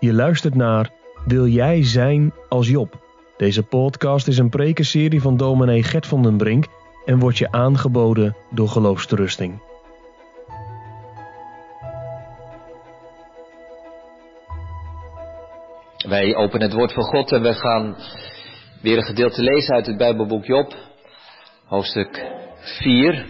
Je luistert naar Wil jij zijn als Job? Deze podcast is een prekenserie van dominee Gert van den Brink en wordt je aangeboden door Geloofsterusting. Wij openen het woord van God en we gaan weer een gedeelte lezen uit het Bijbelboek Job, hoofdstuk 4.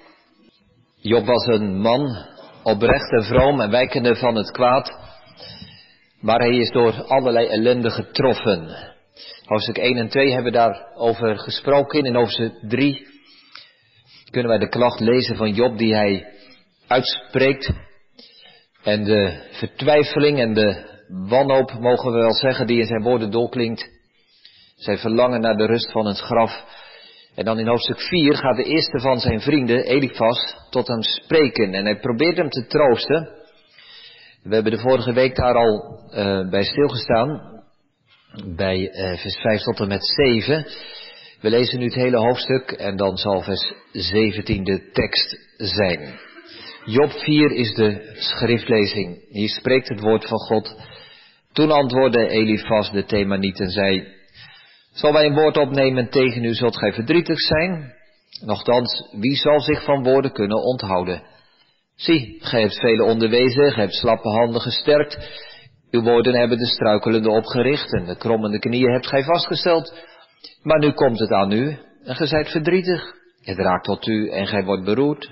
Job was een man, oprecht en vroom en wijkende van het kwaad, maar hij is door allerlei ellende getroffen. Hoofdstuk 1 en 2 hebben we daarover gesproken. In hoofdstuk 3 kunnen wij de klacht lezen van Job die hij uitspreekt. En de vertwijfeling en de wanhoop, mogen we wel zeggen, die in zijn woorden doorklinkt. Zijn verlangen naar de rust van het graf. En dan in hoofdstuk 4 gaat de eerste van zijn vrienden, Elifas, tot hem spreken. En hij probeert hem te troosten. We hebben de vorige week daar al bij stilgestaan. Bij vers 5 tot en met 7. We lezen nu het hele hoofdstuk en dan zal vers 17 de tekst zijn. Job 4 is de schriftlezing. Hier spreekt het woord van God. Toen antwoordde Elifas de Themaniet en zei: Zal wij een woord opnemen tegen u, zult gij verdrietig zijn? Nochtans, wie zal zich van woorden kunnen onthouden? Zie, gij hebt velen onderwezen, gij hebt slappe handen gesterkt. Uw woorden hebben de struikelende opgericht en de krommende knieën hebt gij vastgesteld. Maar nu komt het aan u en gij zijt verdrietig. Het raakt tot u en gij wordt beroerd.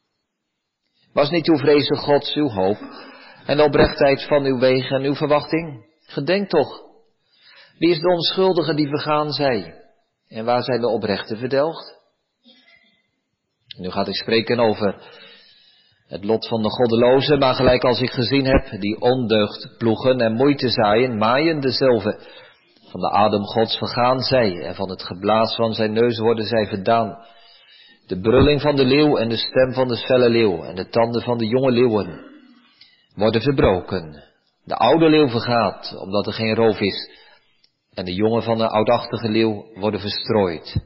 Was niet uw vrezen Gods uw hoop en de oprechtheid van uw wegen en uw verwachting? Gedenk toch, wie is de onschuldige die vergaan zij? En waar zijn de oprechten verdelgd? Nu gaat ik spreken over het lot van de goddelozen, maar gelijk als ik gezien heb, die ondeugd ploegen en moeite zaaien, maaien dezelfde. Van de adem Gods vergaan zij en van het geblaas van zijn neus worden zij verdaan. De brulling van de leeuw en de stem van de felle leeuw en de tanden van de jonge leeuwen worden verbroken. De oude leeuw vergaat, omdat er geen roof is, en de jongen van de oudachtige leeuw worden verstrooid.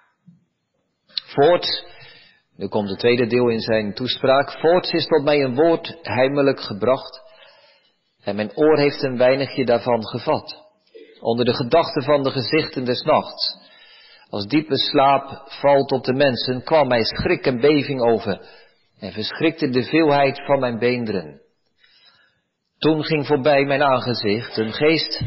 Voorts, nu komt het tweede deel in zijn toespraak, voorts is tot mij een woord heimelijk gebracht, en mijn oor heeft een weinigje daarvan gevat. Onder de gedachten van de gezichten des nachts, als diepe slaap valt op de mensen, kwam mij schrik en beving over, en verschrikte de veelheid van mijn beenderen. Toen ging voorbij mijn aangezicht een geest.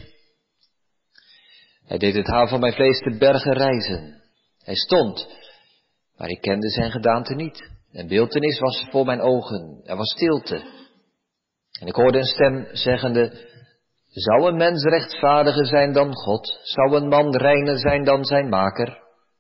Hij deed het haar van mijn vlees te bergen reizen. Hij stond, maar ik kende zijn gedaante niet. En beeltenis was voor mijn ogen. Er was stilte. En ik hoorde een stem zeggende: Zou een mens rechtvaardiger zijn dan God? Zou een man reiner zijn dan zijn maker?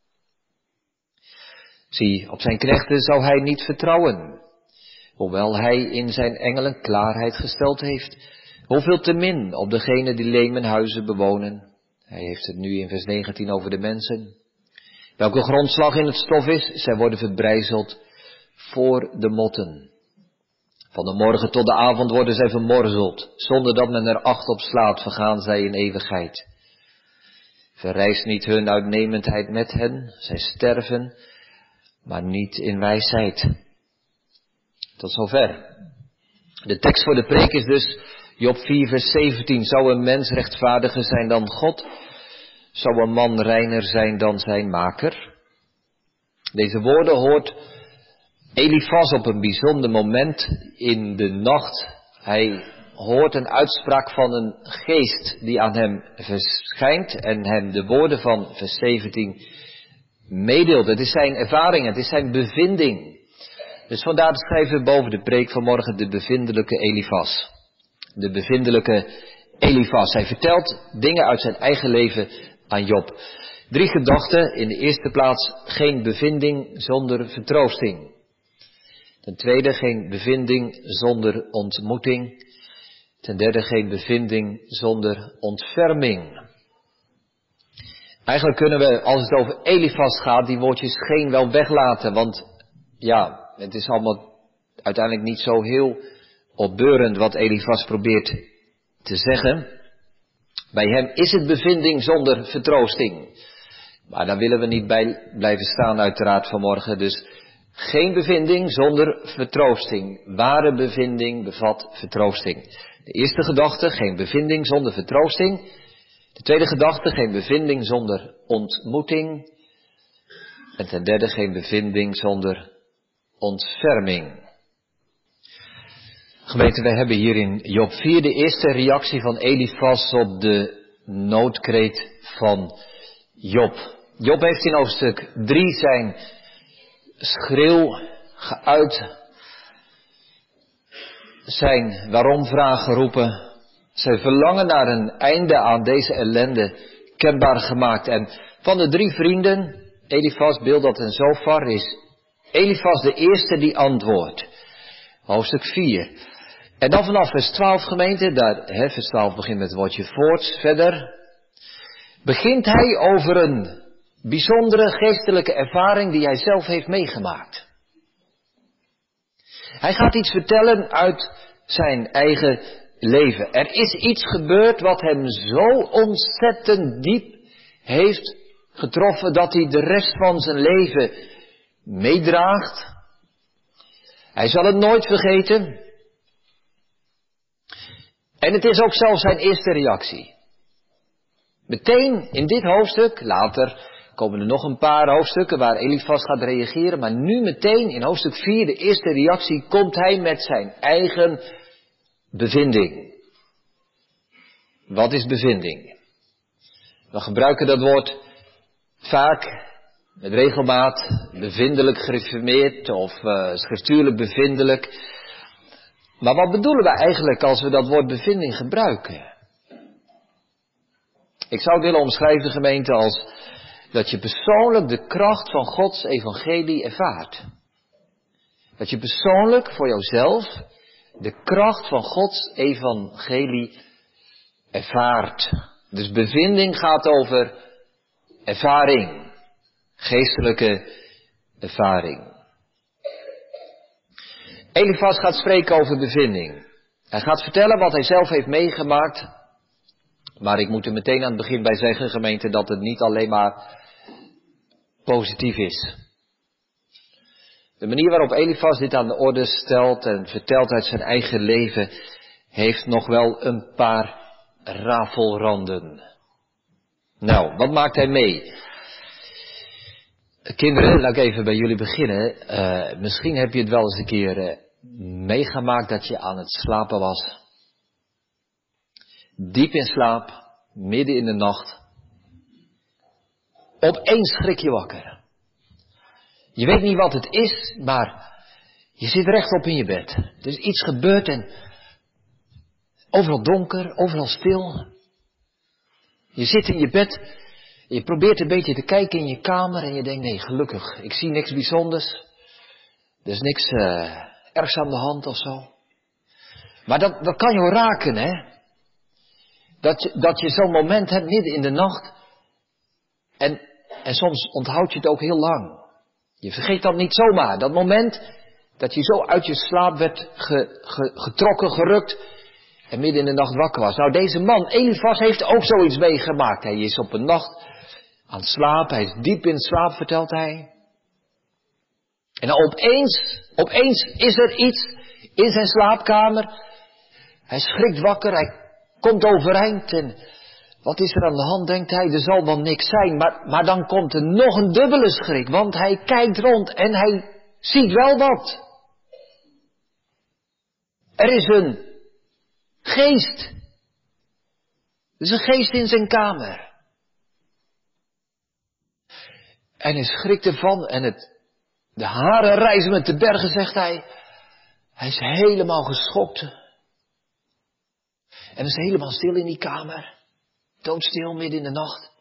Zie, op zijn knechten zou hij niet vertrouwen, hoewel hij in zijn engelen klaarheid gesteld heeft. Hoeveel te min op degene die leemhuizen bewonen. Hij heeft het nu in vers 19 over de mensen. Welke grondslag in het stof is, zij worden verbrijzeld voor de motten. Van de morgen tot de avond worden zij vermorzeld, zonder dat men er acht op slaat, vergaan zij in eeuwigheid. Verrijst niet hun uitnemendheid met hen, zij sterven, maar niet in wijsheid. Tot zover. De tekst voor de preek is dus Job 4 vers 17. Zou een mens rechtvaardiger zijn dan God? Zou een man reiner zijn dan zijn maker? Deze woorden hoort Elifas op een bijzonder moment in de nacht. Hij hoort een uitspraak van een geest die aan hem verschijnt en hem de woorden van vers 17 meedeelt. Het is zijn ervaring, het is zijn bevinding. Dus vandaar schrijven we boven de preek vanmorgen de bevindelijke Elifas. De bevindelijke Elifas. Hij vertelt dingen uit zijn eigen leven aan Job. 3 gedachten. In de eerste plaats geen bevinding zonder vertroosting. Ten tweede geen bevinding zonder ontmoeting. Ten derde geen bevinding zonder ontferming. Eigenlijk kunnen we, als het over Elifas gaat, die woordjes geen wel weglaten. Want ja, het is allemaal uiteindelijk niet zo heel opbeurend wat Elifas probeert te zeggen. Bij hem is het bevinding zonder vertroosting. Maar daar willen we niet bij blijven staan uiteraard vanmorgen. Dus geen bevinding zonder vertroosting. Ware bevinding bevat vertroosting. De eerste gedachte, geen bevinding zonder vertroosting. De tweede gedachte, geen bevinding zonder ontmoeting. En ten derde, geen bevinding zonder ontferming. Gemeente, wij hebben hier in Job 4 de eerste reactie van Elifas op de noodkreet van Job. Job heeft in hoofdstuk 3 zijn schreeuw geuit, zijn waarom-vraag geroepen, zijn verlangen naar een einde aan deze ellende kenbaar gemaakt. En van de 3 vrienden, Elifas, Bildad en Zofar, is Elifas de eerste die antwoordt. Hoofdstuk 4. En dan vanaf vers 12, gemeente, vers 12 begint met het woordje voorts, verder begint hij over een bijzondere geestelijke ervaring die hij zelf heeft meegemaakt. Hij gaat iets vertellen uit zijn eigen leven. Er is iets gebeurd wat hem zo ontzettend diep heeft getroffen dat hij de rest van zijn leven meedraagt. Hij zal het nooit vergeten. En het is ook zelfs zijn eerste reactie. Meteen in dit hoofdstuk, later komen er nog een paar hoofdstukken waar Elifas gaat reageren, maar nu meteen in hoofdstuk 4, de eerste reactie, komt hij met zijn eigen bevinding. Wat is bevinding? We gebruiken dat woord vaak met regelmaat, bevindelijk gereformeerd of schriftuurlijk bevindelijk. Maar wat bedoelen we eigenlijk als we dat woord bevinding gebruiken? Ik zou het willen omschrijven, gemeente, als dat je persoonlijk de kracht van Gods evangelie ervaart. Dat je persoonlijk voor jouzelf de kracht van Gods evangelie ervaart. Dus bevinding gaat over ervaring. Geestelijke ervaring. Elifas gaat spreken over bevinding. Hij gaat vertellen wat hij zelf heeft meegemaakt. Maar ik moet er meteen aan het begin bij zeggen, gemeente, dat het niet alleen maar positief is. De manier waarop Elifas dit aan de orde stelt en vertelt uit zijn eigen leven, heeft nog wel een paar rafelranden. Nou, wat maakt hij mee? Kinderen, laat ik even bij jullie beginnen. Misschien heb je het wel eens een keer meegemaakt dat je aan het slapen was. Diep in slaap, midden in de nacht. Opeens schrik je wakker. Je weet niet wat het is, maar je zit rechtop in je bed. Er is iets gebeurd en overal donker, overal stil. Je zit in je bed. Je probeert een beetje te kijken in je kamer en je denkt, nee, gelukkig, ik zie niks bijzonders. Er is niks ergs aan de hand of zo. Maar dat kan je raken, hè. Dat je zo'n moment hebt midden in de nacht. En soms onthoud je het ook heel lang. Je vergeet dat niet zomaar. Dat moment dat je zo uit je slaap werd getrokken, gerukt. En midden in de nacht wakker was. Nou, deze man, Elifas, heeft ook zoiets meegemaakt. Hij is op een nacht aan het slapen. Hij is diep in slaap, vertelt hij. En dan opeens is er iets in zijn slaapkamer. Hij schrikt wakker. Hij komt overeind. En wat is er aan de hand, denkt hij? Er zal wel niks zijn. Maar dan komt er nog een dubbele schrik. Want hij kijkt rond en hij ziet wel wat. Er is een geest. Er is een geest in zijn kamer. En hij schrikt ervan en de haren rijzen met de bergen, zegt hij. Hij is helemaal geschokt. En het is helemaal stil in die kamer. Doodstil midden in de nacht.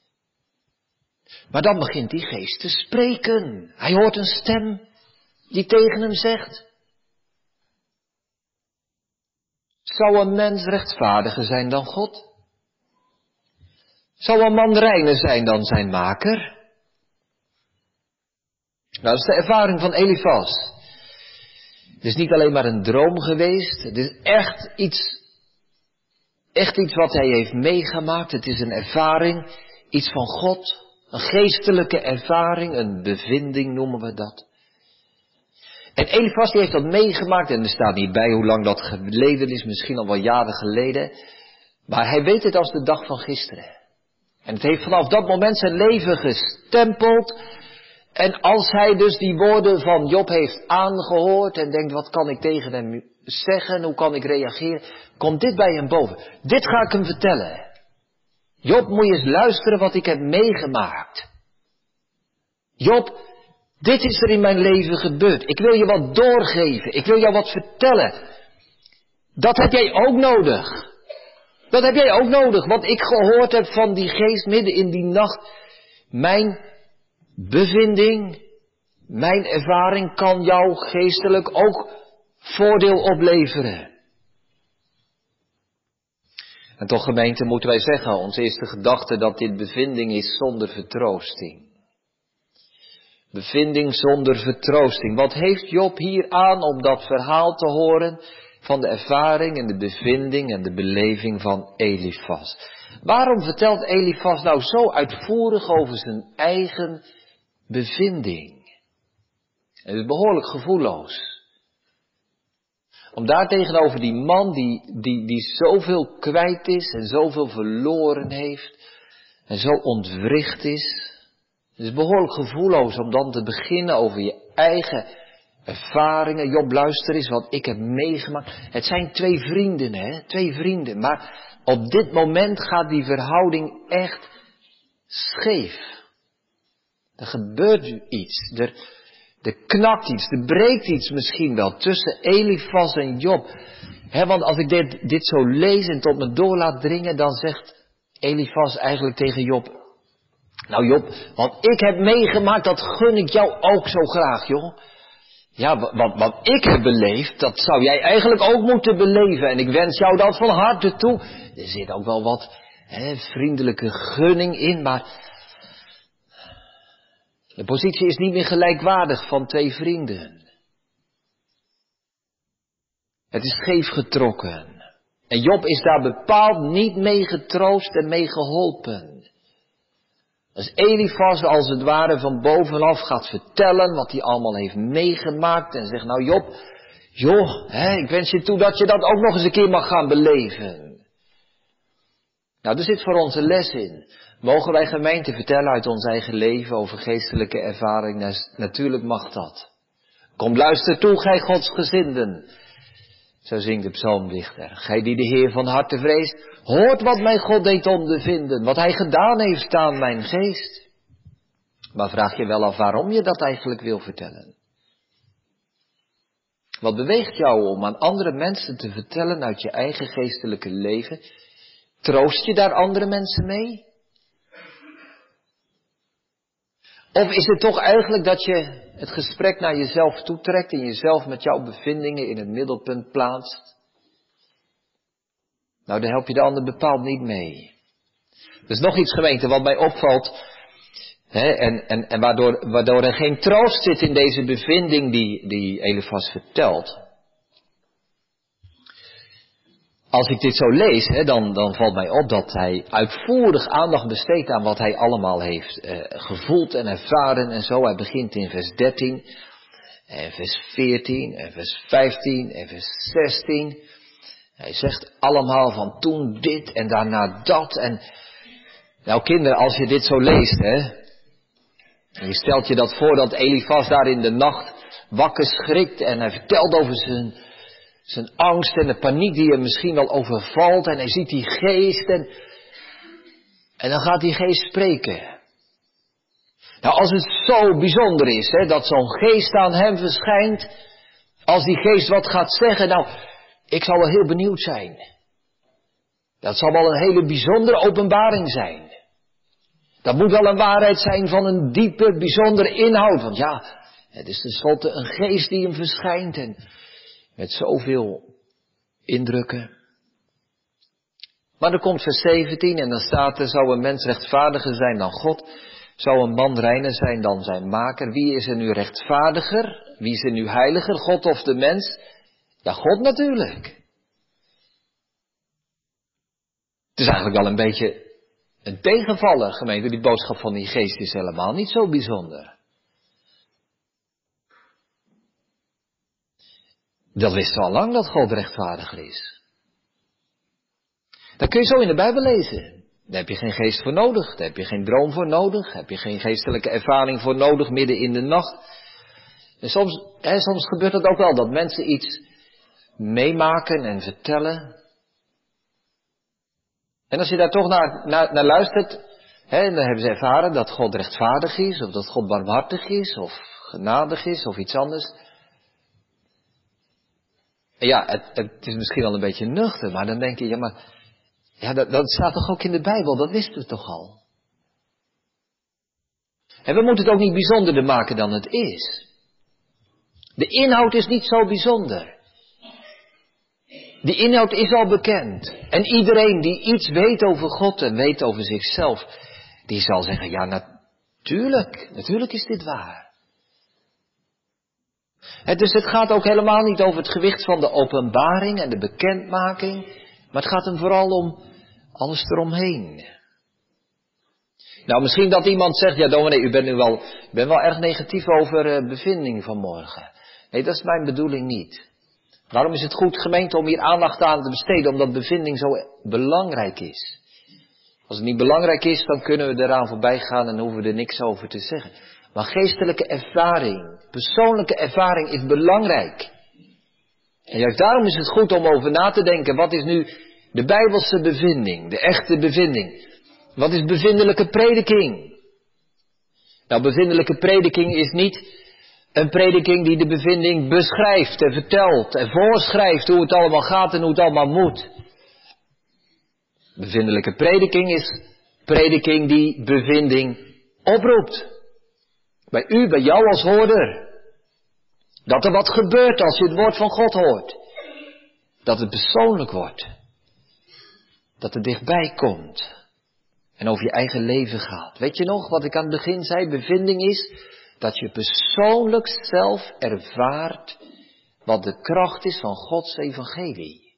Maar dan begint die geest te spreken. Hij hoort een stem die tegen hem zegt. Zou een mens rechtvaardiger zijn dan God? Zou een man reiner zijn dan zijn maker? Nou, dat is de ervaring van Elifas. Het is niet alleen maar een droom geweest. Het is echt iets wat hij heeft meegemaakt. Het is een ervaring, iets van God. Een geestelijke ervaring, een bevinding noemen we dat. En Elifas die heeft dat meegemaakt en er staat niet bij hoe lang dat geleden is, misschien al wel jaren geleden. Maar hij weet het als de dag van gisteren. En het heeft vanaf dat moment zijn leven gestempeld. En als hij dus die woorden van Job heeft aangehoord en denkt, wat kan ik tegen hem zeggen, hoe kan ik reageren, komt dit bij hem boven. Dit ga ik hem vertellen. Job, moet je eens luisteren wat ik heb meegemaakt. Job, dit is er in mijn leven gebeurd. Ik wil je wat doorgeven. Ik wil jou wat vertellen. Dat heb jij ook nodig. Dat heb jij ook nodig. Wat ik gehoord heb van die geest midden in die nacht. Mijn bevinding, mijn ervaring kan jou geestelijk ook voordeel opleveren. En toch, gemeente, moeten wij zeggen, onze eerste gedachte dat dit bevinding is zonder vertroosting. Bevinding zonder vertroosting. Wat heeft Job hier aan om dat verhaal te horen van de ervaring en de bevinding en de beleving van Elifas? Waarom vertelt Elifas nou zo uitvoerig over zijn eigen bevinding? Het is behoorlijk gevoelloos. Om daar tegenover die man die zoveel kwijt is en zoveel verloren heeft en zo ontwricht is. Het is behoorlijk gevoelloos om dan te beginnen over je eigen ervaringen. Job, luister eens wat ik heb meegemaakt. Het zijn 2 vrienden, hè? 2 vrienden. Maar op dit moment gaat die verhouding echt scheef. Er gebeurt nu iets. Er knakt iets. Er breekt iets misschien wel tussen Elifas en Job. Want als ik dit zo lees en tot me door laat dringen, dan zegt Elifas eigenlijk tegen Job: nou Job, wat ik heb meegemaakt, dat gun ik jou ook zo graag, joh. Ja, wat ik heb beleefd, dat zou jij eigenlijk ook moeten beleven. En ik wens jou dat van harte toe. Er zit ook wel wat vriendelijke gunning in, maar de positie is niet meer gelijkwaardig van 2 vrienden. Het is scheef getrokken. En Job is daar bepaald niet mee getroost en mee geholpen. Als Elifas als het ware van bovenaf gaat vertellen wat hij allemaal heeft meegemaakt en zegt, nou Job, ik wens je toe dat je dat ook nog eens een keer mag gaan beleven. Nou, er zit voor ons een les in. Mogen wij gemeente vertellen uit ons eigen leven over geestelijke ervaring? Natuurlijk mag dat. Kom luister toe, gij godsgezinden. Zo zingt de psalmdichter. Gij die de Heer van harte vreest, hoort wat mijn God deed ondervinden, wat hij gedaan heeft aan mijn geest. Maar vraag je wel af waarom je dat eigenlijk wil vertellen? Wat beweegt jou om aan andere mensen te vertellen uit je eigen geestelijke leven? Troost je daar andere mensen mee? Of is het toch eigenlijk dat je het gesprek naar jezelf toetrekt en jezelf met jouw bevindingen in het middelpunt plaatst? Nou, daar help je de ander bepaald niet mee. Er is nog iets, gemeente, wat mij opvalt. En waardoor er geen troost zit in deze bevinding die Elifas vertelt. Als ik dit zo lees, dan valt mij op dat hij uitvoerig aandacht besteedt aan wat hij allemaal heeft gevoeld en ervaren en zo. Hij begint in vers 13, en vers 14, en vers 15, en vers 16. Hij zegt allemaal van toen dit en daarna dat. En nou kinderen, als je dit zo leest, en je stelt je dat voor dat Elifas daar in de nacht wakker schrikt en hij vertelt over zijn angst en de paniek die hem misschien wel overvalt. En hij ziet die geest en dan gaat die geest spreken. Nou, als het zo bijzonder is, dat zo'n geest aan hem verschijnt. Als die geest wat gaat zeggen, nou, ik zal wel heel benieuwd zijn. Dat zal wel een hele bijzondere openbaring zijn. Dat moet wel een waarheid zijn van een diepe, bijzondere inhoud. Want ja, het is tenslotte een geest die hem verschijnt en met zoveel indrukken. Maar dan komt vers 17 en dan staat er, zou een mens rechtvaardiger zijn dan God? Zou een man reiner zijn dan zijn maker? Wie is er nu rechtvaardiger? Wie is er nu heiliger, God of de mens? Ja, God natuurlijk. Het is eigenlijk wel een beetje een tegenvaller, gemeente. Die boodschap van die geest is helemaal niet zo bijzonder. Dat wisten we al lang dat God rechtvaardiger is. Dat kun je zo in de Bijbel lezen. Daar heb je geen geest voor nodig, daar heb je geen droom voor nodig, daar heb je geen geestelijke ervaring voor nodig midden in de nacht. En soms gebeurt het ook wel dat mensen iets meemaken en vertellen. En als je daar toch naar luistert, dan hebben ze ervaren dat God rechtvaardig is, of dat God barmhartig is, of genadig is, of iets anders. En ja, het is misschien wel een beetje nuchter, maar dan denk je, dat staat toch ook in de Bijbel, dat wisten we toch al. En we moeten het ook niet bijzonderder maken dan het is. De inhoud is niet zo bijzonder. Die inhoud is al bekend. En iedereen die iets weet over God en weet over zichzelf, die zal zeggen, ja natuurlijk is dit waar. Dus het gaat ook helemaal niet over het gewicht van de openbaring en de bekendmaking, maar het gaat hem vooral om alles eromheen. Nou, misschien dat iemand zegt, ja dominee, u bent wel erg negatief over bevinding vanmorgen. Nee, dat is mijn bedoeling niet. Daarom is het goed, gemeente, om hier aandacht aan te besteden, omdat bevinding zo belangrijk is. Als het niet belangrijk is, dan kunnen we eraan voorbij gaan en hoeven we er niks over te zeggen. Maar geestelijke ervaring, persoonlijke ervaring is belangrijk. En juist daarom is het goed om over na te denken, wat is nu de Bijbelse bevinding, de echte bevinding? Wat is bevindelijke prediking? Nou, bevindelijke prediking is niet een prediking die de bevinding beschrijft en vertelt en voorschrijft hoe het allemaal gaat en hoe het allemaal moet. Bevindelijke prediking is prediking die bevinding oproept. Bij u, bij jou als hoorder. Dat er wat gebeurt als je het woord van God hoort. Dat het persoonlijk wordt. Dat het dichtbij komt. En over je eigen leven gaat. Weet je nog wat ik aan het begin zei? Bevinding is dat je persoonlijk zelf ervaart wat de kracht is van Gods evangelie.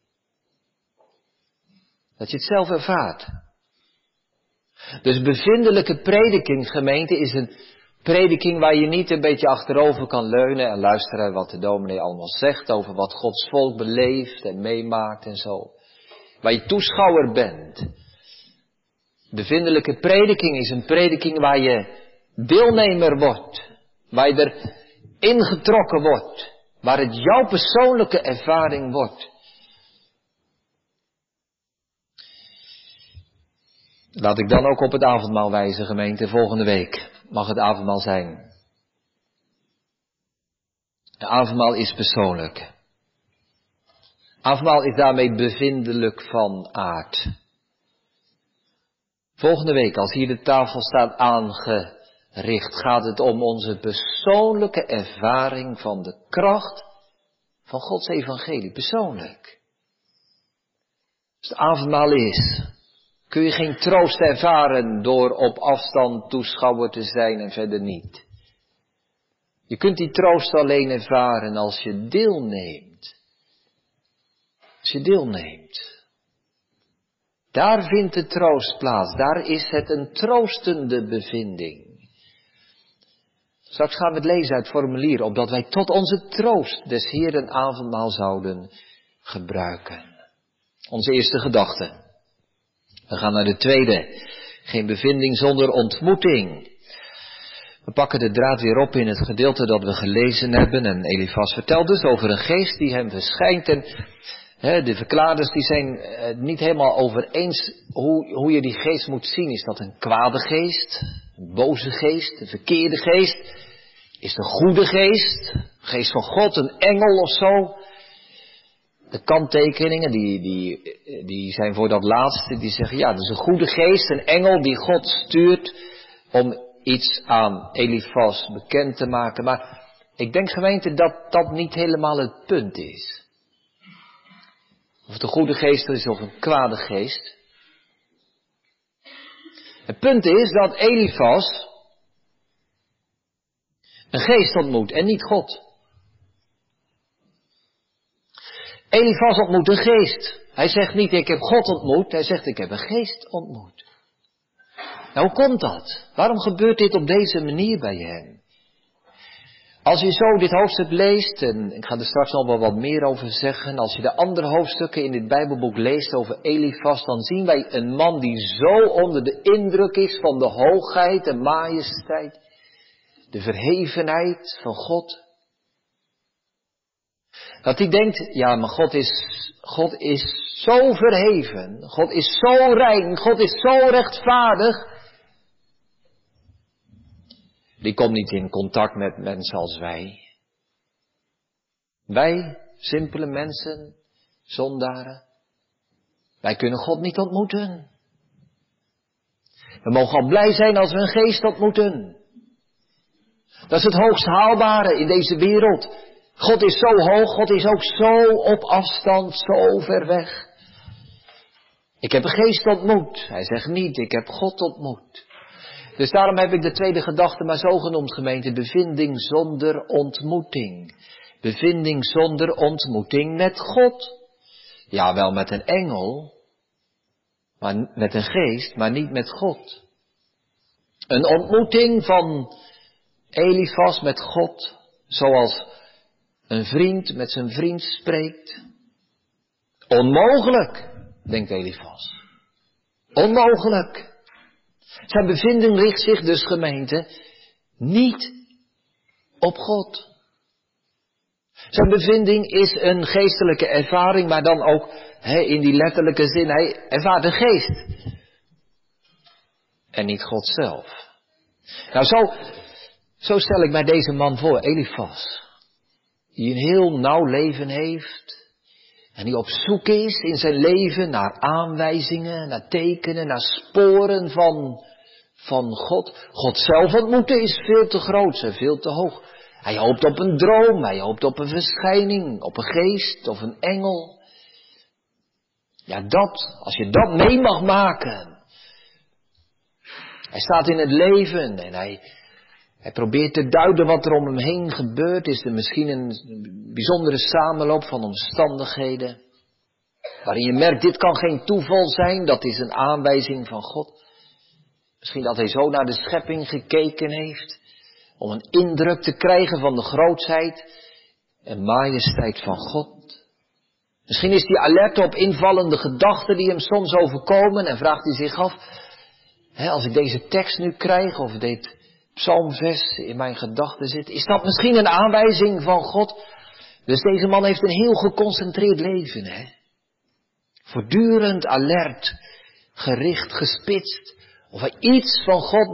Dat je het zelf ervaart. Dus bevindelijke prediking, gemeente, is een prediking waar je niet een beetje achterover kan leunen en luisteren wat de dominee allemaal zegt over wat Gods volk beleeft en meemaakt en zo. Waar je toeschouwer bent. Bevindelijke prediking is een prediking waar je deelnemer wordt. Waar je er ingetrokken wordt. Waar het jouw persoonlijke ervaring wordt. Laat ik dan ook op het avondmaal wijzen, gemeente. Volgende week mag het avondmaal zijn. Het avondmaal is persoonlijk. Avondmaal is daarmee bevindelijk van aard. Volgende week, als hier de tafel staat aangericht, gaat het om onze persoonlijke ervaring van de kracht van Gods evangelie. Persoonlijk. Als het avondmaal is, kun je geen troost ervaren door op afstand toeschouwer te zijn en verder niet. Je kunt die troost alleen ervaren als je deelneemt. Als je deelneemt. Daar vindt de troost plaats. Daar is het een troostende bevinding. Straks gaan we het lezen uit het formulier, opdat wij tot onze troost des Heeren avondmaal zouden gebruiken. Onze eerste gedachte. We gaan naar de tweede. Geen bevinding zonder ontmoeting. We pakken de draad weer op in het gedeelte dat we gelezen hebben. En Elifas vertelt dus over een geest die hem verschijnt. En de verklaarders die zijn niet helemaal over eens hoe je die geest moet zien. Is dat een kwade geest? Een boze geest? Een verkeerde geest? Is het een goede geest? Een geest van God? Een engel of zo? De kanttekeningen die zijn voor dat laatste. Die zeggen ja, dat is een goede geest. Een engel die God stuurt om iets aan Elifas bekend te maken. Maar ik denk gemeente dat dat niet helemaal het punt is. Of het een goede geest is of een kwade geest. Het punt is dat Elifas een geest ontmoet en niet God. Elifas ontmoet een geest. Hij zegt niet ik heb God ontmoet, hij zegt ik heb een geest ontmoet. Nou, hoe komt dat? Waarom gebeurt dit op deze manier bij hem? Als je zo dit hoofdstuk leest, en ik ga er straks nog wel wat meer over zeggen, als je de andere hoofdstukken in dit Bijbelboek leest over Elifas, dan zien wij een man die zo onder de indruk is van de hoogheid en majesteit, de verhevenheid van God. Dat hij denkt, ja, maar God is zo verheven, God is zo rein, God is zo rechtvaardig. Die komt niet in contact met mensen als wij. Wij, simpele mensen, zondaren, wij kunnen God niet ontmoeten. We mogen al blij zijn als we een geest ontmoeten. Dat is het hoogst haalbare in deze wereld. God is zo hoog, God is ook zo op afstand, zo ver weg. Ik heb een geest ontmoet. Hij zegt niet, ik heb God ontmoet. Dus daarom heb ik de tweede gedachte maar zo genoemd, gemeente. Bevinding zonder ontmoeting. Bevinding zonder ontmoeting met God. Ja, wel met een engel, maar met een geest, maar niet met God. Een ontmoeting van Elifas met God, zoals een vriend met zijn vriend spreekt. Onmogelijk, denkt Elifas. Onmogelijk. Zijn bevinding richt zich dus, gemeente, niet op God. Zijn bevinding is een geestelijke ervaring, maar dan ook in die letterlijke zin, hij ervaart de geest. En niet God zelf. Nou, zo stel ik mij deze man voor, Elifas. Die een heel nauw leven heeft. En die op zoek is in zijn leven naar aanwijzingen, naar tekenen, naar sporen van God. God zelf ontmoeten is veel te groot en veel te hoog. Hij hoopt op een droom, hij hoopt op een verschijning, op een geest of een engel. Ja, als je dat mee mag maken. Hij staat in het leven en hij probeert te duiden wat er om hem heen gebeurt. Is er misschien een bijzondere samenloop van omstandigheden. Waarin je merkt, dit kan geen toeval zijn, dat is een aanwijzing van God. Misschien dat hij zo naar de schepping gekeken heeft. Om een indruk te krijgen van de grootheid en majesteit van God. Misschien is hij alert op invallende gedachten die hem soms overkomen en vraagt hij zich af, als ik deze tekst nu krijg of dit psalmvers in mijn gedachten zit, is dat misschien een aanwijzing van God? Dus deze man heeft een heel geconcentreerd leven, Voortdurend alert, gericht, gespitst, of hij iets van God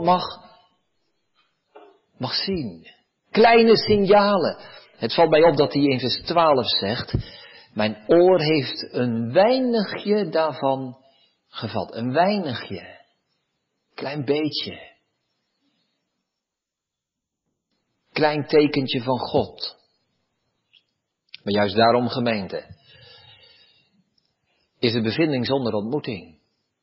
mag zien. Kleine signalen. Het valt mij op dat hij in vers 12 zegt, mijn oor heeft een weinigje daarvan gevat. Een weinigje. Klein beetje. Klein tekentje van God. Maar juist daarom, gemeente, is de bevinding zonder ontmoeting.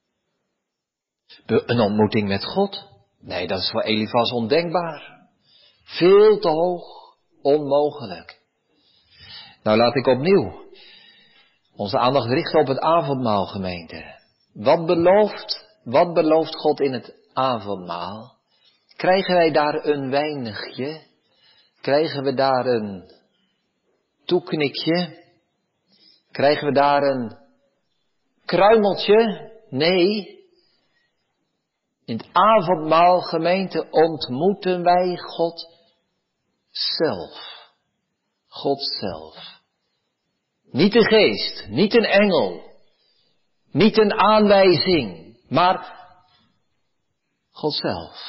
Een ontmoeting met God? Nee, dat is voor Elifas ondenkbaar. Veel te hoog, onmogelijk. Nou, laat ik opnieuw onze aandacht richten op het avondmaal, gemeente. Wat belooft God in het avondmaal? Krijgen wij daar een weinigje? Krijgen we daar een toeknikje? Krijgen we daar een kruimeltje? Nee. In het avondmaal, gemeente, ontmoeten wij God zelf. God zelf. Niet de geest, niet een engel, niet een aanwijzing, maar God zelf.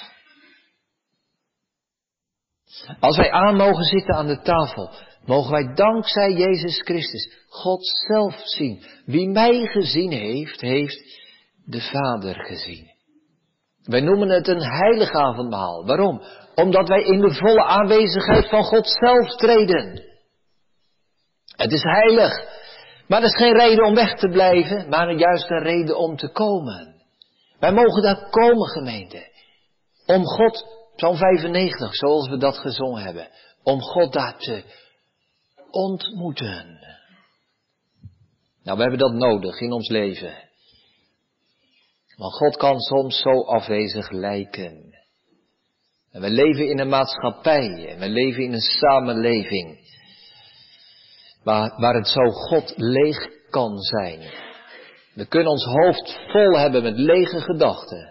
Als wij aan mogen zitten aan de tafel, mogen wij dankzij Jezus Christus God zelf zien. Wie mij gezien heeft, heeft de Vader gezien. Wij noemen het een heilig avondmaal. Waarom? Omdat wij in de volle aanwezigheid van God zelf treden. Het is heilig. Maar dat is geen reden om weg te blijven, maar juist een reden om te komen. Wij mogen daar komen, gemeente. Om God, Psalm 95, zoals we dat gezongen hebben. Om God daar te ontmoeten. Nou, we hebben dat nodig in ons leven. Want God kan soms zo afwezig lijken. En we leven in een maatschappij en we leven in een samenleving waar het zo God leeg kan zijn. We kunnen ons hoofd vol hebben met lege gedachten.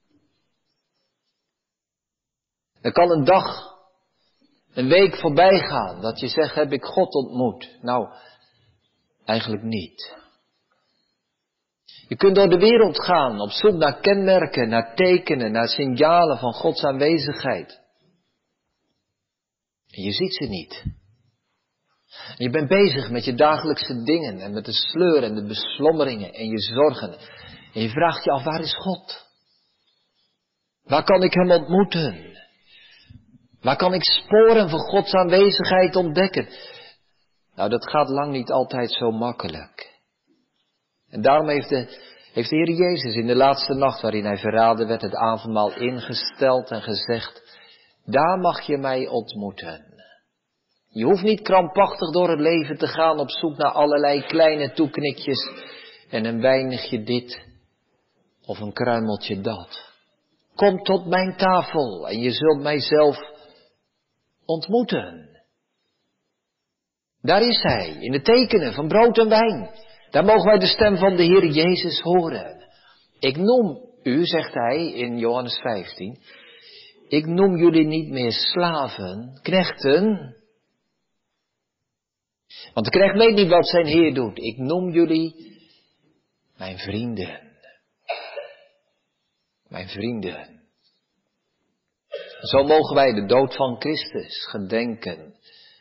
Er kan een dag, een week voorbij gaan dat je zegt, heb ik God ontmoet? Nou, eigenlijk niet. Je kunt door de wereld gaan op zoek naar kenmerken, naar tekenen, naar signalen van Gods aanwezigheid. En je ziet ze niet. En je bent bezig met je dagelijkse dingen en met de sleur en de beslommeringen en je zorgen. En je vraagt je af, waar is God? Waar kan ik hem ontmoeten? Waar kan ik sporen van Gods aanwezigheid ontdekken? Nou, dat gaat lang niet altijd zo makkelijk. En daarom heeft de Heer Jezus in de laatste nacht waarin hij verraden werd het avondmaal ingesteld en gezegd, daar mag je mij ontmoeten. Je hoeft niet krampachtig door het leven te gaan op zoek naar allerlei kleine toeknikjes en een weinigje dit of een kruimeltje dat. Kom tot mijn tafel en je zult mijzelf ontmoeten. Daar is hij, in de tekenen van brood en wijn. Daar mogen wij de stem van de Heer Jezus horen. Ik noem u, zegt hij in Johannes 15, ik noem jullie niet meer slaven, knechten. Want de knecht weet niet wat zijn Heer doet. Ik noem jullie mijn vrienden. Mijn vrienden. Zo mogen wij de dood van Christus gedenken.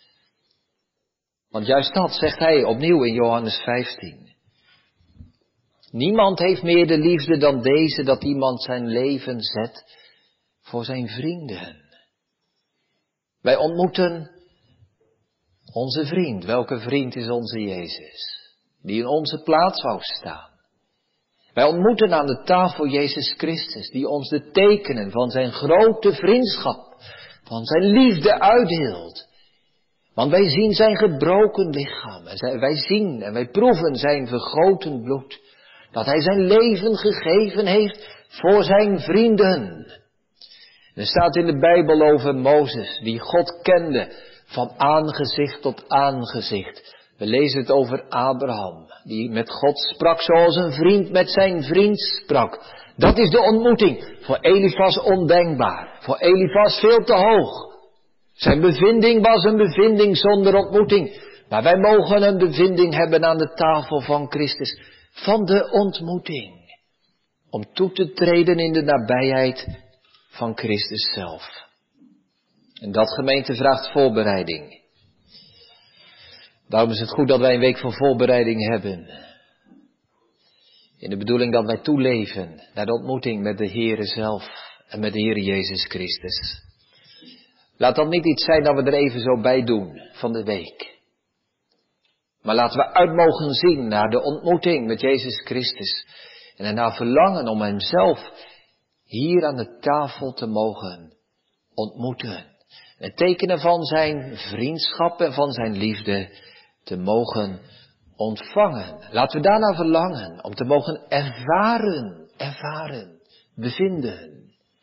Want juist dat zegt hij opnieuw in Johannes 15. Niemand heeft meer de liefde dan deze, dat iemand zijn leven zet voor zijn vrienden. Wij ontmoeten onze vriend. Welke vriend is onze Jezus? Die in onze plaats wou staan. Wij ontmoeten aan de tafel Jezus Christus, die ons de tekenen van zijn grote vriendschap, van zijn liefde uitdeelt. Want wij zien zijn gebroken lichaam. En wij zien en wij proeven zijn vergoten bloed. Dat hij zijn leven gegeven heeft voor zijn vrienden. Er staat in de Bijbel over Mozes, die God kende van aangezicht tot aangezicht. We lezen het over Abraham, die met God sprak zoals een vriend met zijn vriend sprak. Dat is de ontmoeting. Voor Elifas ondenkbaar. Voor Elifas veel te hoog. Zijn bevinding was een bevinding zonder ontmoeting. Maar wij mogen een bevinding hebben aan de tafel van Christus. Van de ontmoeting. Om toe te treden in de nabijheid van Christus zelf. En dat, gemeente, vraagt voorbereiding. Daarom is het goed dat wij een week van voorbereiding hebben. In de bedoeling dat wij toeleven naar de ontmoeting met de Heere zelf en met de Heere Jezus Christus. Laat dat niet iets zijn dat we er even zo bij doen van de week. Maar laten we uit mogen zien naar de ontmoeting met Jezus Christus. En ernaar verlangen om hem zelf hier aan de tafel te mogen ontmoeten. Het tekenen van zijn vriendschap en van zijn liefde te mogen ontvangen. Laten we daarna verlangen om te mogen ervaren, bevinden.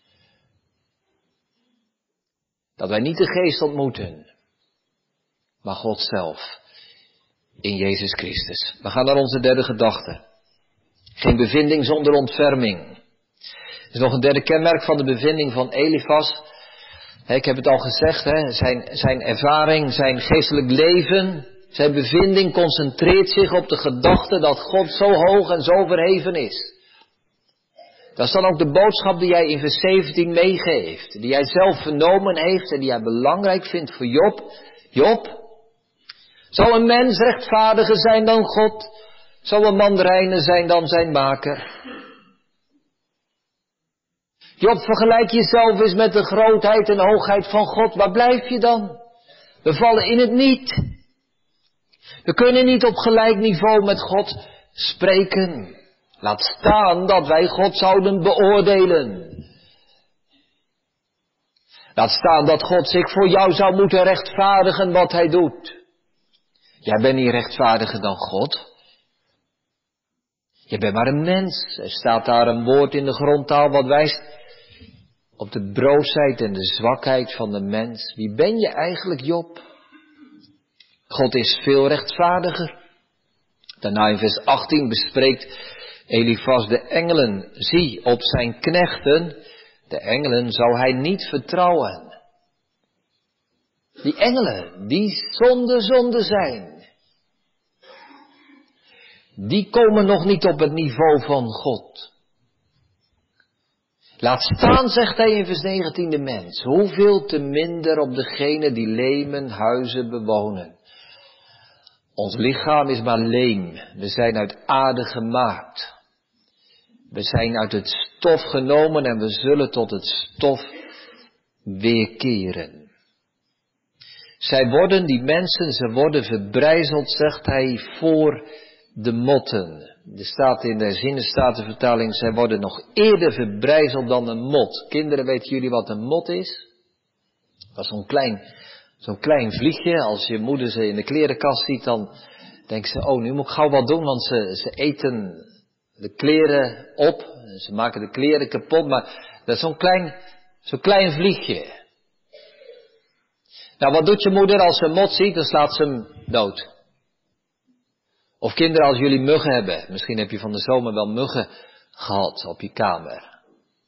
Dat wij niet de geest ontmoeten, maar God zelf in Jezus Christus. We gaan naar onze derde gedachte. Geen bevinding zonder ontferming. Er is nog een derde kenmerk van de bevinding van Elifas. Ik heb het al gezegd, zijn ervaring, zijn geestelijk leven, zijn bevinding concentreert zich op de gedachte dat God zo hoog en zo verheven is. Dat is dan ook de boodschap die hij in vers 17 meegeeft. Die hij zelf vernomen heeft en die hij belangrijk vindt voor Job. Job, zal een mens rechtvaardiger zijn dan God? Zal een man reiner zijn dan zijn maker? Job, vergelijk jezelf eens met de grootheid en hoogheid van God. Waar blijf je dan? We vallen in het niet. We kunnen niet op gelijk niveau met God spreken. Laat staan dat wij God zouden beoordelen. Laat staan dat God zich voor jou zou moeten rechtvaardigen wat hij doet. Jij bent niet rechtvaardiger dan God. Je bent maar een mens. Er staat daar een woord in de grondtaal wat wijst op de broosheid en de zwakheid van de mens. Wie ben je eigenlijk, Job? God is veel rechtvaardiger. Daarna in vers 18 bespreekt Elifas de engelen. Zie, op zijn knechten, de engelen, zou hij niet vertrouwen. Die engelen, die zonde zijn. Die komen nog niet op het niveau van God. Laat staan, zegt hij in vers 19, de mens. Hoeveel te minder op degene die lemen huizen bewonen. Ons lichaam is maar leem. We zijn uit aarde gemaakt. We zijn uit het stof genomen en we zullen tot het stof weerkeren. Zij worden, die mensen, ze worden verbrijzeld, zegt hij, voor de motten. Er staat in de Zinnenstatenvertaling, zij worden nog eerder verbrijzeld dan een mot. Kinderen, weten jullie wat een mot is? Dat is zo'n klein vliegje. Als je moeder ze in de klerenkast ziet, dan denkt ze, oh, nu moet ik gauw wat doen, want ze eten de kleren op. Ze maken de kleren kapot, maar dat is zo'n klein vliegje. Nou, wat doet je moeder als ze een mot ziet? Dan slaat ze hem dood. Of kinderen, als jullie muggen hebben. Misschien heb je van de zomer wel muggen gehad op je kamer.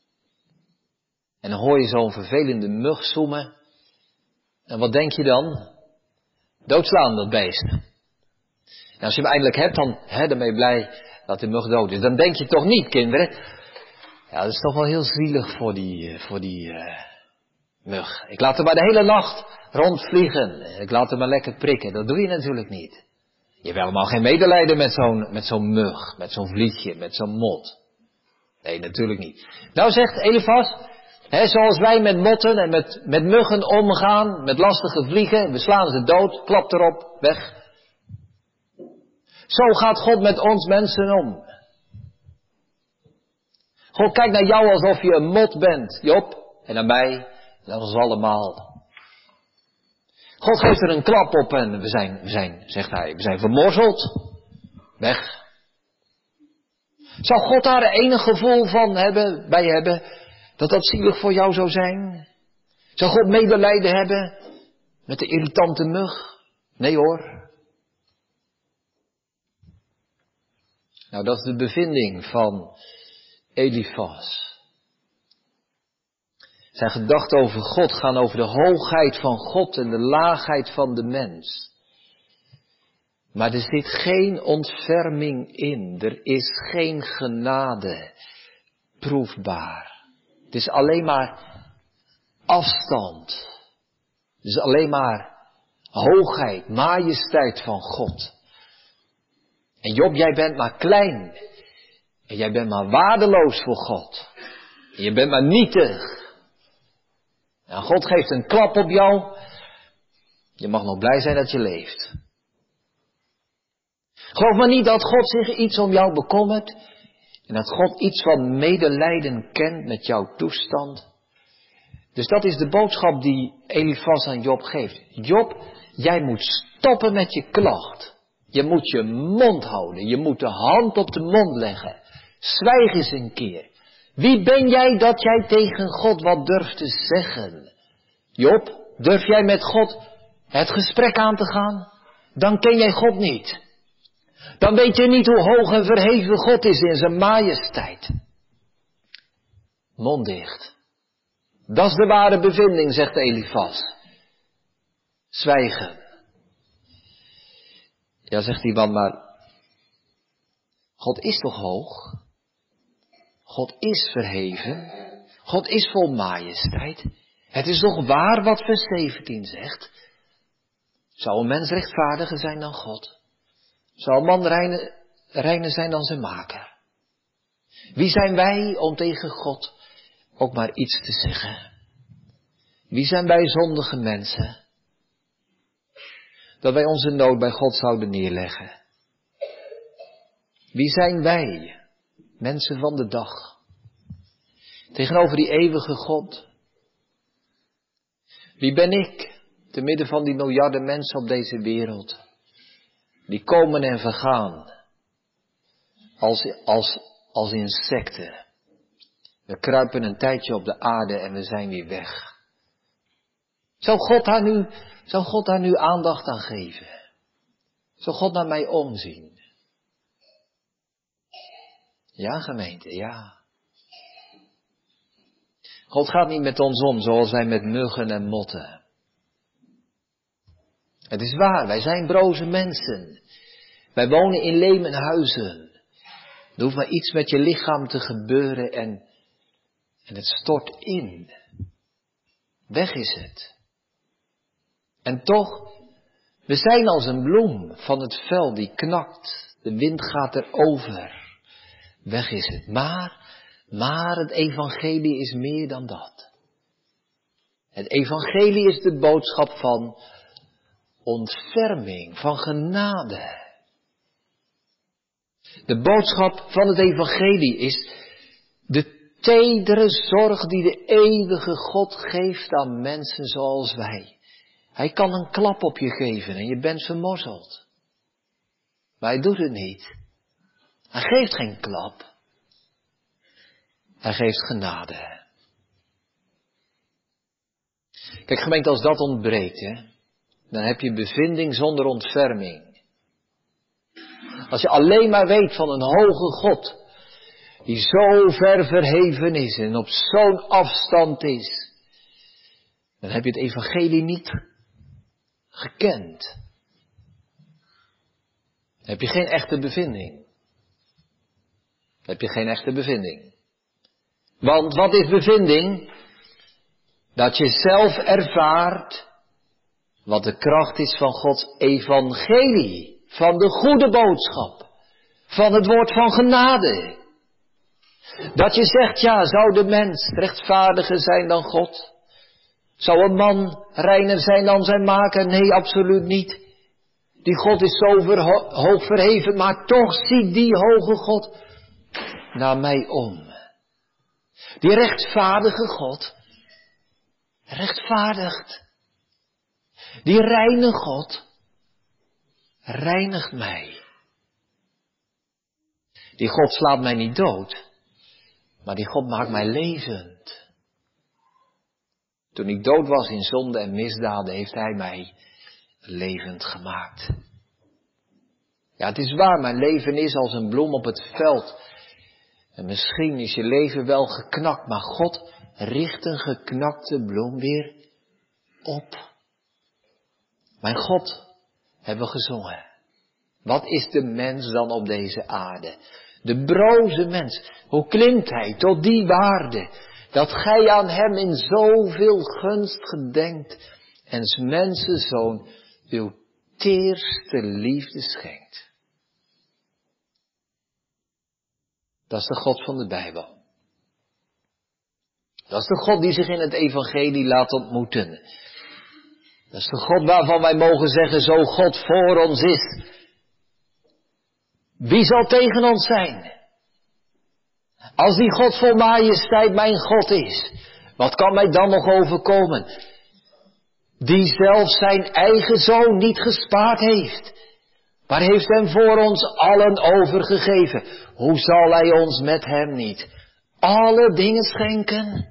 En dan hoor je zo'n vervelende mug zoemen. En wat denk je dan? Doodslaan, dat beest. En als je hem eindelijk hebt, dan ben je blij dat de mug dood is. Dan denk je toch niet, kinderen. Ja, dat is toch wel heel zielig voor die mug. Ik laat hem maar de hele nacht rondvliegen. Ik laat hem maar lekker prikken. Dat doe je natuurlijk niet. Je hebt helemaal geen medelijden met zo'n mug, met zo'n vliegje, met zo'n mot. Nee, natuurlijk niet. Nou zegt Elifas, zoals wij met motten en met muggen omgaan, met lastige vliegen, we slaan ze dood, klap erop, weg. Zo gaat God met ons mensen om. God kijkt naar jou alsof je een mot bent, Job, en naar mij, en ons allemaal. God geeft er een klap op en we zijn, zegt hij, we zijn vermorzeld. Weg. Zou God daar enig gevoel van bij hebben, dat zielig voor jou zou zijn? Zou God medelijden hebben met de irritante mug? Nee hoor. Nou, dat is de bevinding van Elifas. Zijn gedachten over God gaan over de hoogheid van God en de laagheid van de mens. Maar er zit geen ontferming in. Er is geen genade proefbaar. Het is alleen maar afstand. Het is alleen maar hoogheid, majesteit van God. En Job, jij bent maar klein. En jij bent maar waardeloos voor God. En je bent maar nietig. En God geeft een klap op jou. Je mag nog blij zijn dat je leeft. Geloof maar niet dat God zich iets om jou bekommert. En dat God iets van medelijden kent met jouw toestand. Dus dat is de boodschap die Elifas aan Job geeft. Job, jij moet stoppen met je klacht. Je moet je mond houden. Je moet de hand op de mond leggen. Zwijg eens een keer. Wie ben jij dat jij tegen God wat durft te zeggen? Job, durf jij met God het gesprek aan te gaan? Dan ken jij God niet. Dan weet je niet hoe hoog en verheven God is in zijn majesteit. Mond dicht. Dat is de ware bevinding, zegt Elifas. Zwijgen. Ja, zegt die man, maar God is toch hoog? God is verheven. God is vol majesteit. Het is toch waar wat vers 17 zegt? Zou een mens rechtvaardiger zijn dan God? Zou een man reiner zijn dan zijn maker? Wie zijn wij om tegen God ook maar iets te zeggen? Wie zijn wij zondige mensen? Dat wij onze nood bij God zouden neerleggen. Wie zijn wij, mensen van de dag, tegenover die eeuwige God? Wie ben ik, te midden van die miljarden mensen op deze wereld, die komen en vergaan, als insecten. We kruipen een tijdje op de aarde en we zijn weer weg. Zou God daar nu aandacht aan geven? Zou God naar mij omzien? Ja, gemeente, ja. God gaat niet met ons om zoals wij met muggen en motten. Het is waar, wij zijn broze mensen. Wij wonen in lemen huizen. Er hoeft maar iets met je lichaam te gebeuren en het stort in. Weg is het. En toch, we zijn als een bloem van het veld die knakt. De wind gaat erover. Weg is het. Maar het evangelie is meer dan dat. Het evangelie is de boodschap van ontferming, van genade. De boodschap van het evangelie is de tedere zorg die de eeuwige God geeft aan mensen zoals wij. Hij kan een klap op je geven en je bent vermorzeld. Maar hij doet het niet. Hij geeft geen klap. Hij geeft genade. Kijk, gemeente, als dat ontbreekt, dan heb je bevinding zonder ontferming. Als je alleen maar weet van een hoge God, die zo ver verheven is en op zo'n afstand is, dan heb je het evangelie niet gekend. Dan heb je geen echte bevinding. Dan heb je geen echte bevinding. Want wat is bevinding? Dat je zelf ervaart wat de kracht is van Gods evangelie, van de goede boodschap, van het woord van genade. Dat je zegt, ja, zou de mens rechtvaardiger zijn dan God? Zou een man reiner zijn dan zijn maker? Nee, absoluut niet. Die God is zo hoog verheven, maar toch ziet die hoge God naar mij om. Die rechtvaardige God rechtvaardigt. Die reine God reinigt mij. Die God slaat mij niet dood, maar die God maakt mij levend. Toen ik dood was in zonde en misdaden, heeft hij mij levend gemaakt. Ja, het is waar, mijn leven is als een bloem op het veld. En misschien is je leven wel geknakt, maar God richt een geknakte bloem weer op. Mijn God, hebben we gezongen. Wat is de mens dan op deze aarde? De broze mens. Hoe klimt hij tot die waarde? Dat gij aan hem in zoveel gunst gedenkt. En 's mensenzoon uw teerste liefde schenkt. Dat is de God van de Bijbel. Dat is de God die zich in het evangelie laat ontmoeten. Dat is de God waarvan wij mogen zeggen, zo God voor ons is, wie zal tegen ons zijn? Als die God vol majesteit mijn God is, wat kan mij dan nog overkomen? Die zelf zijn eigen zoon niet gespaard heeft, maar heeft hem voor ons allen overgegeven. Hoe zal hij ons met hem niet alle dingen schenken?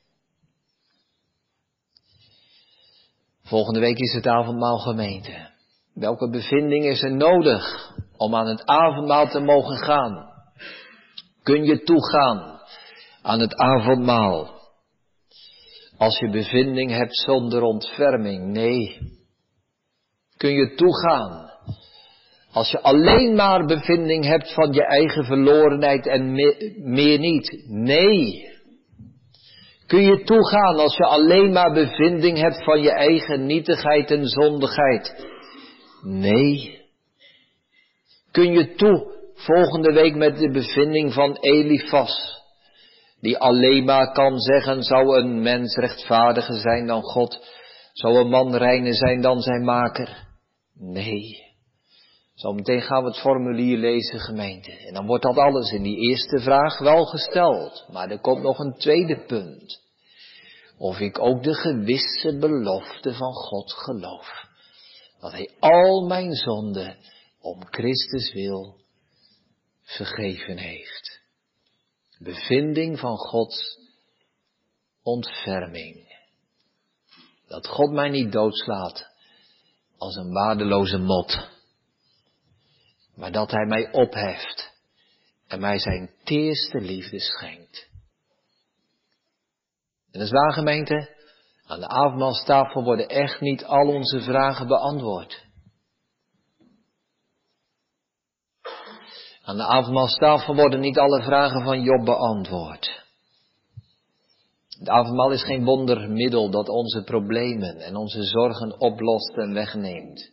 Volgende week is het avondmaal, gemeente. Welke bevinding is er nodig om aan het avondmaal te mogen gaan? Kun je toegaan aan het avondmaal als je bevinding hebt zonder ontferming? Nee. Kun je toegaan als je alleen maar bevinding hebt van je eigen verlorenheid en meer niet? Nee. Kun je toegaan als je alleen maar bevinding hebt van je eigen nietigheid en zondigheid? Nee. Kun je toe volgende week met de bevinding van Elifas, die alleen maar kan zeggen, zou een mens rechtvaardiger zijn dan God? Zou een man reiner zijn dan zijn maker? Nee. Zometeen gaan we het formulier lezen, gemeente. En dan wordt dat alles in die eerste vraag wel gesteld. Maar er komt nog een tweede punt. Of ik ook de gewisse belofte van God geloof. Dat hij al mijn zonden om Christus wil vergeven heeft. Bevinding van Gods ontferming. Dat God mij niet doodslaat als een waardeloze mot. Maar dat Hij mij opheft en mij zijn teerste liefde schenkt. En dat is waar, gemeente, aan de avondmaalstafel worden echt niet al onze vragen beantwoord. Aan de avondmaalstafel worden niet alle vragen van Job beantwoord. Het avondmaal is geen wondermiddel dat onze problemen en onze zorgen oplost en wegneemt.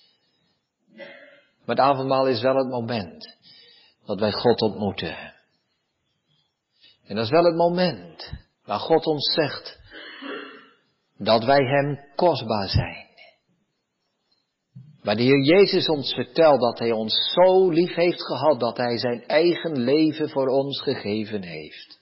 Maar het avondmaal is wel het moment dat wij God ontmoeten. En dat is wel het moment waar God ons zegt dat wij Hem kostbaar zijn. Waar de Heer Jezus ons vertelt dat Hij ons zo lief heeft gehad dat Hij zijn eigen leven voor ons gegeven heeft.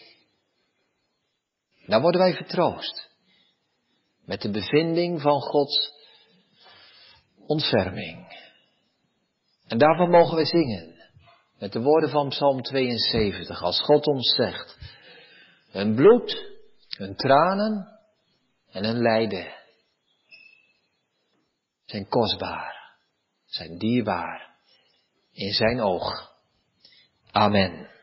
Dan worden wij vertroost met de bevinding van Gods ontferming. En daarvan mogen we zingen met de woorden van Psalm 72. Als God ons zegt, hun bloed, hun tranen en hun lijden zijn kostbaar, zijn dierbaar in zijn oog. Amen.